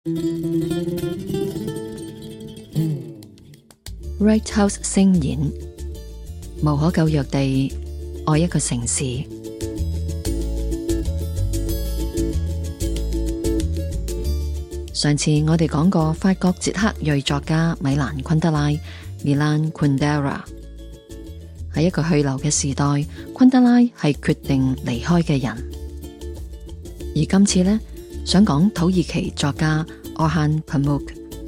Right House 聲演，無可救藥地愛一個城市。上次我哋講過法國捷克裔作家米蘭昆德拉 （Milan Kundera）。喺一個去留嘅時代，昆德拉係決定離開嘅人。而今次呢，想講土耳其作家Orhan Pamuk，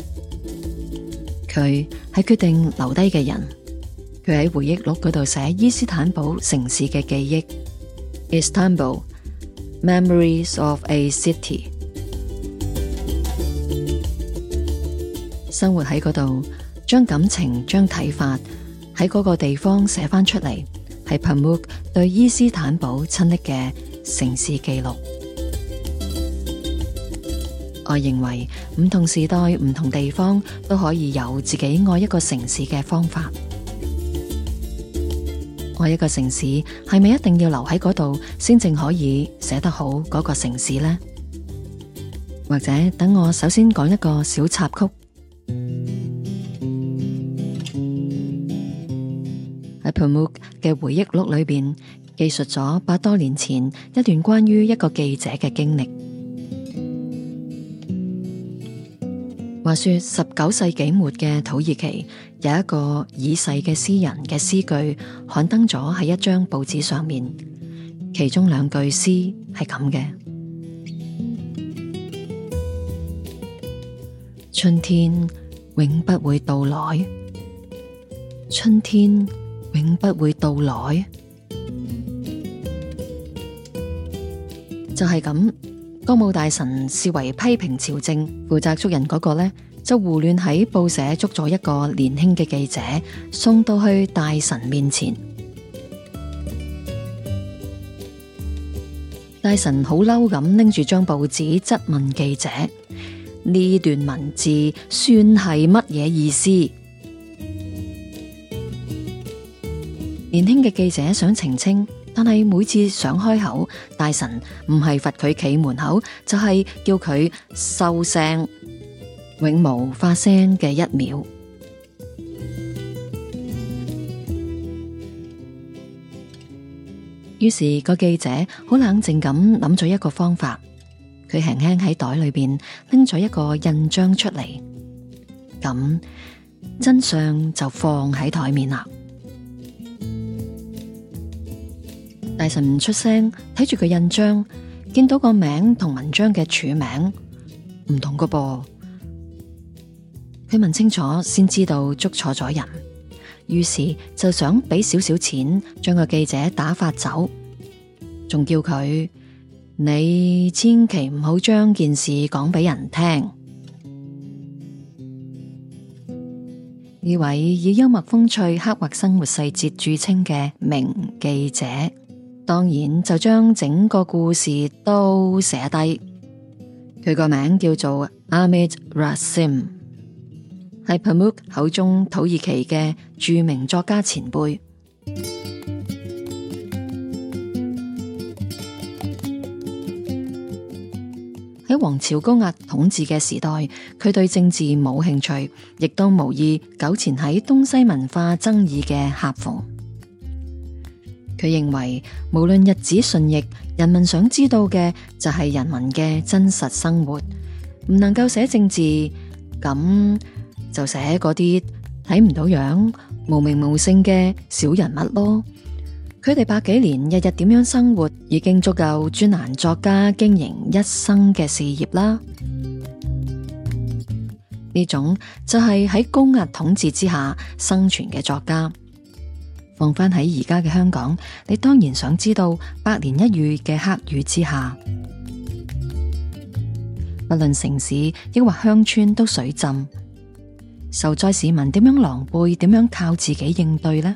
佢係決定留低嘅人。佢喺回憶錄嗰度寫伊斯坦堡城市嘅記憶 Istanbul Memories of a City。 生活喺嗰度，將感情、將睇法喺嗰個地方寫翻出嚟，係 Pamuk 對伊斯坦堡親歷嘅城市記錄。我認為唔同時代、唔同地方都可以有自己愛一個城市嘅方法。愛一個城市係咪一定要留喺嗰度先正可以寫得好嗰個城市呢？或者等我首先講一個小插曲。喺 Pamuk 嘅回憶錄裏邊，記述咗100多年前一段關於一個記者嘅經歷。話說19世紀末嘅土耳其有一個已逝嘅詩人嘅詩句刊登咗喺一張報紙上面，其中2句詩係咁嘅：春天永不會到來，春天永不會到來。就係咁。國務大臣視為批評朝政，負責捉人嗰個呢，就胡亂喺報社捉咗一個年輕嘅記者，送到去大臣面前。大臣好嬲咁拎住張報紙質問記者：呢段文字算係乜嘢意思？年輕嘅記者想澄清，但係每次想開口，大臣唔係罰佢企門口，就係叫佢收聲，永無發聲嘅1秒。於是個記者好冷靜咁諗咗一個方法，佢輕輕喺袋裏邊拎咗一個印章出嚟，咁真相就放喺台面啦。大臣唔出聲，睇住個印章，見到個名同文章嘅署名唔同個噃。佢問清楚先知道捉錯咗人，於是就想俾少少錢將個記者打發走，仲叫佢：你千祈唔好將件事講俾人聽。呢位以幽默風趣刻畫生活細節著稱嘅名記者，當然就將整個故事都寫低。佢個名叫做 Ahmed Rasim， 係 Pamuk 口中土耳其嘅著名作家前輩。喺王朝高壓統治嘅時代，佢對政治冇興趣，亦都無意糾纏喺東西文化爭議嘅夾縫。佢認為無論日子順逆，人民想知道嘅就係人民嘅真實生活，唔能夠寫政治，咁就寫嗰啲睇唔到樣、無名無姓嘅小人物咯。佢哋100幾年日日點樣生活，已經足夠專欄作家經營一生嘅事業啦。呢種就係喺高壓統治之下生存嘅作家。放返喺而家嘅香港，你當然想知道百年一遇嘅黑雨之下，不論城市抑或鄉村都水浸，受災市民點樣狼狽，點樣靠自己應對呢？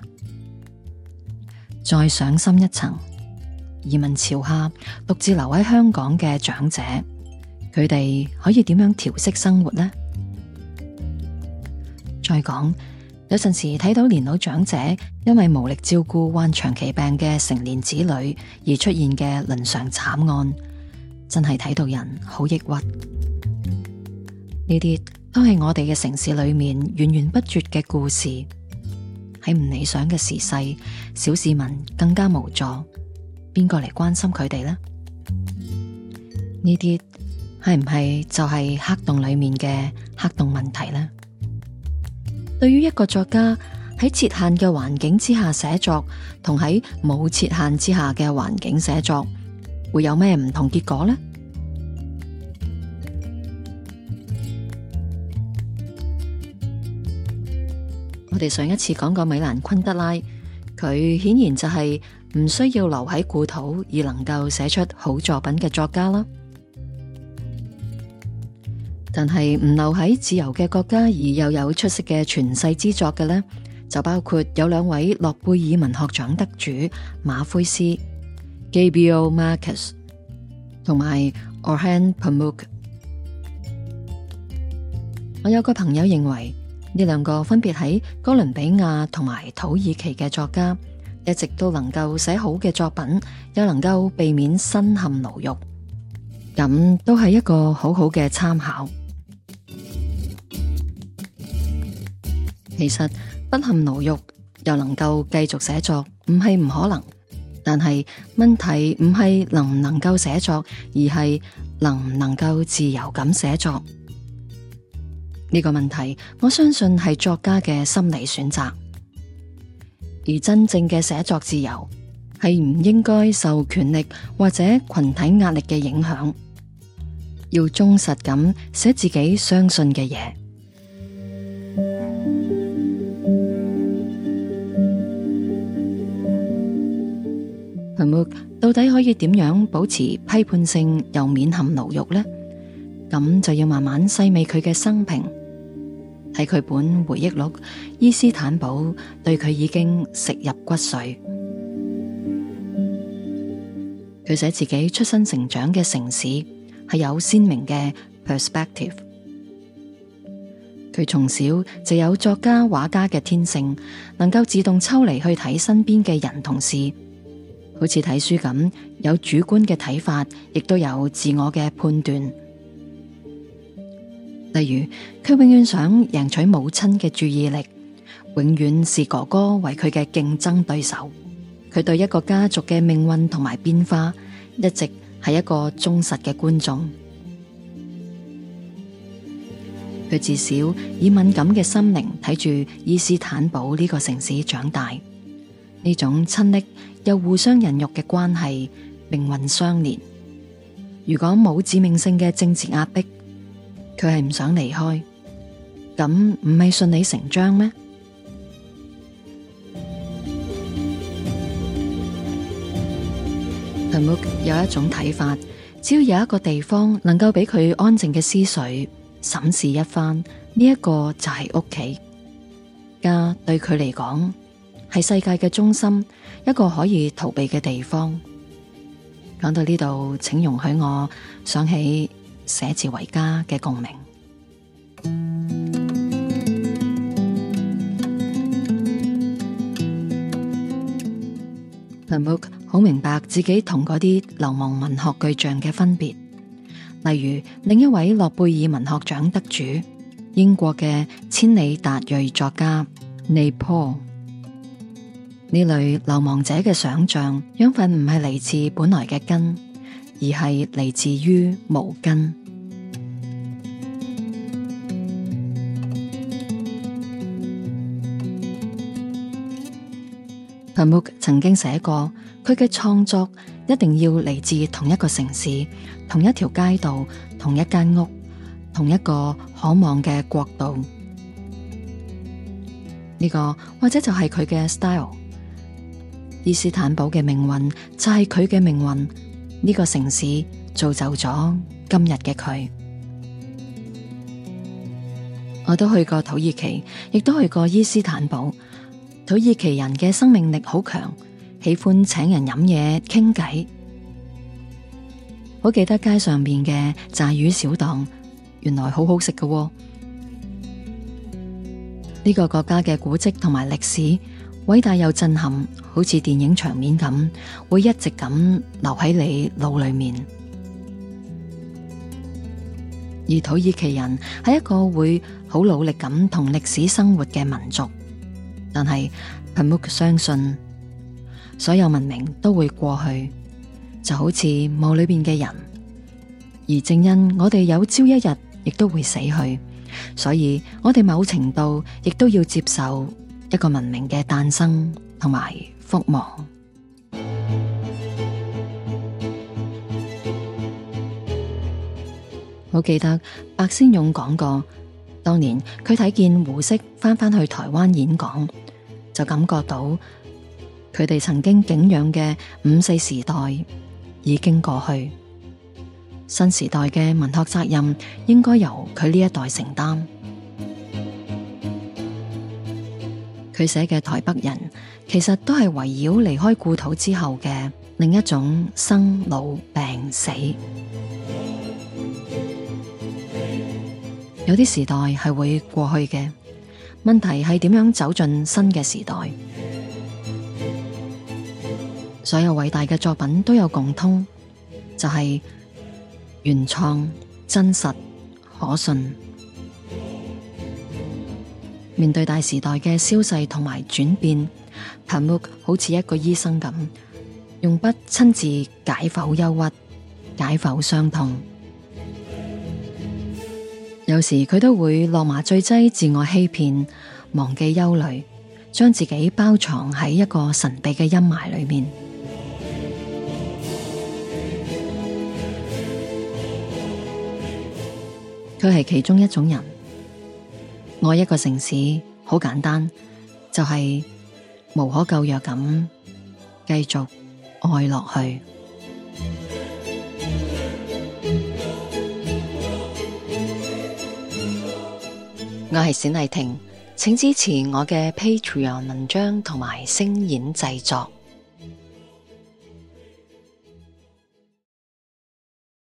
再上深一層，移民潮下獨自留喺香港嘅長者，佢哋可以點樣調適生活呢？再講，有陣時睇到年老長者因為無力照顧患長期病嘅成年子女而出現嘅倫常慘案，真係睇到人好抑鬱。 呢啲都係我哋嘅城市裏面源源不絕嘅故事。喺唔理想嘅時勢，小市民更加無助，邊個嚟關心佢哋呢？呢啲係唔係就係黑洞裏面嘅黑洞問題呢？對於一個作家喺設限嘅環境之下寫作，同喺冇設限之下嘅環境寫作，會有咩唔同結果呢？我哋上一次講過米蘭昆德拉，佢顯然就係唔需要留喺故土而能夠寫出好作品嘅作家啦。但係唔留喺自由嘅國家而又有出色嘅傳世之作嘅呢，就包括有兩位諾貝爾文學獎得主馬奎斯 Gabriel Marquez 同埋 Orhan Pamuk。我有個朋友認為呢兩個分別喺哥倫比亞同埋土耳其嘅作家，一直都能夠寫好嘅作品，又能夠避免身陷牢獄，咁都係一個好好嘅參考。其實不陷牢獄又能夠繼續寫作，唔係唔可能，但係問題唔係能唔能夠寫作，而係能唔能夠自由咁寫作。呢個問題，我相信係作家嘅心理選擇，而真正嘅寫作自由係唔應該受權力或者群體壓力嘅影響，要忠實咁寫自己相信嘅嘢。Pamuk 到底可以點樣保持批判性又免陷牢獄呢？咁就要慢慢細味佢嘅生平。喺佢本回憶錄《伊斯坦堡》對佢已經食入骨髓。佢寫自己出生成長嘅城市係有鮮明嘅 perspective。佢從小就有作家畫家嘅天性，能夠自動抽離去睇身邊嘅人同事，好似睇書咁，有主觀嘅睇法，亦都有自我嘅判斷。例如，佢永遠想贏取母親嘅注意力，永遠視哥哥為佢嘅競爭對手。佢對一個家族嘅命運同埋變化，一直係一個忠實嘅觀眾。佢自小以敏感嘅心靈睇住伊斯坦堡呢個城市長大，呢種親昵又互相孕育嘅關係，命運相連。如果冇致命性嘅政治壓迫，佢係唔想離開，咁唔係順理成章咩？Pamuk有一種睇法，只要有一個地方能夠俾佢安靜嘅思緒審視一番，呢一個就係屋企。家對佢嚟講係世界嘅中心，一個可以逃避嘅地方。講到呢度，請容許我想起寫字為家嘅共鳴。Pamuk好明白自己同嗰啲流亡文學巨匠嘅分別，例如另一位諾貝爾文學獎得主，英國嘅千里達瑞作家 Naipaul。呢類流亡者嘅想象養分唔係嚟自本來嘅根，而係嚟自於無根。Pamuk曾經寫過，佢嘅創作一定要嚟自同一個城市、同一條街道、同一間屋、同一個可望嘅國度。呢個或者就係佢嘅 style。伊斯坦堡嘅命運就係佢嘅命運，呢個城市造就咗今日嘅佢。我都去過土耳其，亦都去過伊斯坦堡。土耳其人嘅生命力好強，喜歡請人飲嘢傾偈。好記得街上面嘅炸魚小檔，原來好好食㗎喎。呢個國家嘅古蹟同埋歷史偉大又震撼，好似電影場面咁，會一直咁留喺你腦裏面。 而土耳其人係一個會好努力咁同歷史生活嘅民族，但係Pamuk相信所有文明都會過去，就好似墓裏邊嘅人，而正因我哋有朝一日亦都會死去，所以我哋某程度亦都要接受一個文明嘅誕生同埋覆亡。好記得白先勇講過，當年佢睇見胡適翻去台灣演講，就感覺到佢哋曾經景仰嘅5·4時代已經過去，新時代嘅文學責任應該由佢呢一代承擔。佢寫嘅台北人其實都係圍繞離開故土之後嘅另一種生老病死。有啲時代係會過去嘅，問題係點樣走進新嘅時代。所有偉大嘅作品都有共通，就係原創、真實、可信。面對大時代嘅消逝同埋轉變，Pamuk好似一個醫生咁，用筆親自解剖憂鬱，解剖傷痛。有時佢都會落麻醉劑自我欺騙，忘記憂慮，將自己包藏喺一個神秘嘅陰霾裏面。佢係其中一種人。愛一個城市好簡單，就係無可救藥咁繼續愛落去。我係冼麗婷，請支持我嘅 Patreon 文章同埋聲演製作。